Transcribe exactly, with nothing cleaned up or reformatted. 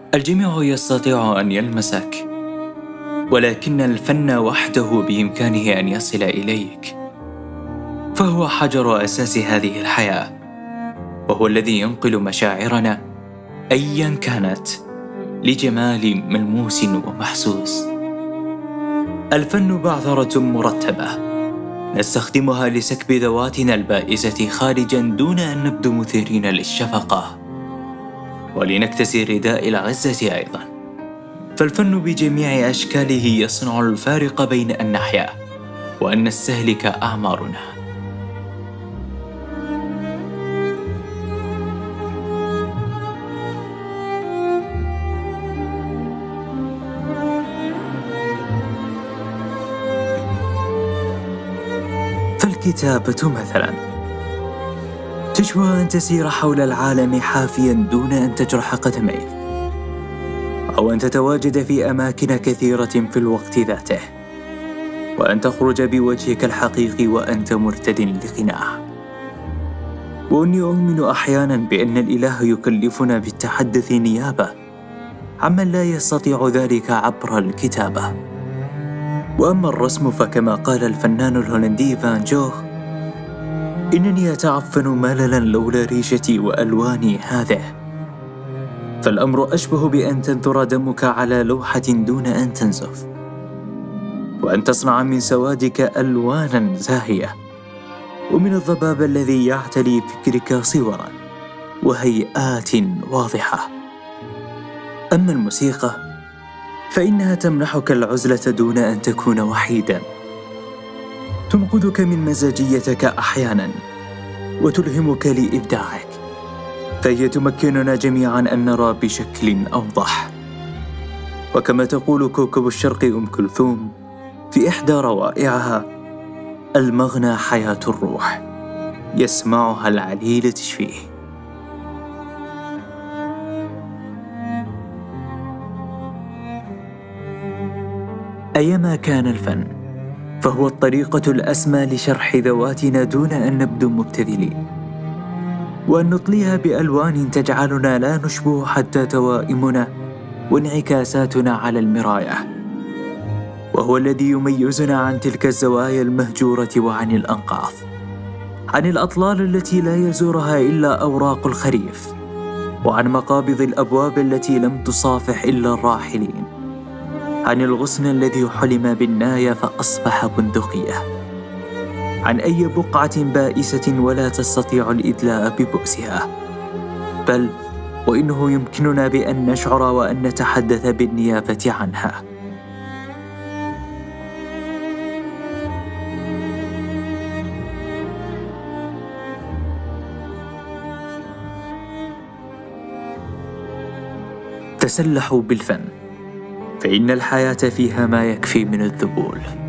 الجميع يستطيع أن يلمسك، ولكن الفن وحده بإمكانه أن يصل إليك، فهو حجر أساس هذه الحياة، وهو الذي ينقل مشاعرنا أيا كانت لجمال ملموس ومحسوس. الفن بعثرة مرتبة نستخدمها لسكب ذواتنا البائسة خارجا دون أن نبدو مثيرين للشفقة، ولنكتسي رداء العزة أيضا. فالفن بجميع أشكاله يصنع الفارق بين أن نحيا وأن نستهلك أعمارنا. فالكتابة مثلا تشبه أن تسير حول العالم حافيا دون أن تجرح قدميك، أو أن تتواجد في أماكن كثيرة في الوقت ذاته، وأن تخرج بوجهك الحقيقي وأنت مرتد لقناع. وأني أؤمن أحيانا بأن الإله يكلفنا بالتحدث نيابة عمن لا يستطيع ذلك عبر الكتابة. وأما الرسم فكما قال الفنان الهولندي فان جوخ: إنني أتعفن مللا لولا ريشتي وألواني هذه. فالأمر أشبه بأن تنثر دمك على لوحة دون أن تنزف، وأن تصنع من سوادك ألوانا زاهية، ومن الضباب الذي يعتلي فكرك صورا وهيئات واضحة. أما الموسيقى فإنها تمنحك العزلة دون أن تكون وحيدا، تنقذك من مزاجيتك أحيانا وتلهمك لإبداعك، فهي تمكننا جميعا أن نرى بشكل أوضح. وكما تقول كوكب الشرق أم كلثوم في إحدى روائعها: المغنى حياة الروح، يسمعها العليل تشفيه. أيما كان الفن فهو الطريقة الأسمى لشرح ذواتنا دون أن نبدو مبتذلين، وأن نطليها بألوان تجعلنا لا نشبه حتى توائمنا وانعكاساتنا على المراية، وهو الذي يميزنا عن تلك الزوايا المهجورة وعن الأنقاض، عن الأطلال التي لا يزورها إلا أوراق الخريف، وعن مقابض الأبواب التي لم تصافح إلا الراحلين، عن الغصن الذي حلم بالناية فأصبح بندقية، عن أي بقعة بائسة ولا تستطيع الإدلاء ببؤسها، بل وإنه يمكننا بأن نشعر وأن نتحدث بالنيابة عنها. تسلحوا بالفن، فإن الحياة فيها ما يكفي من الذبول.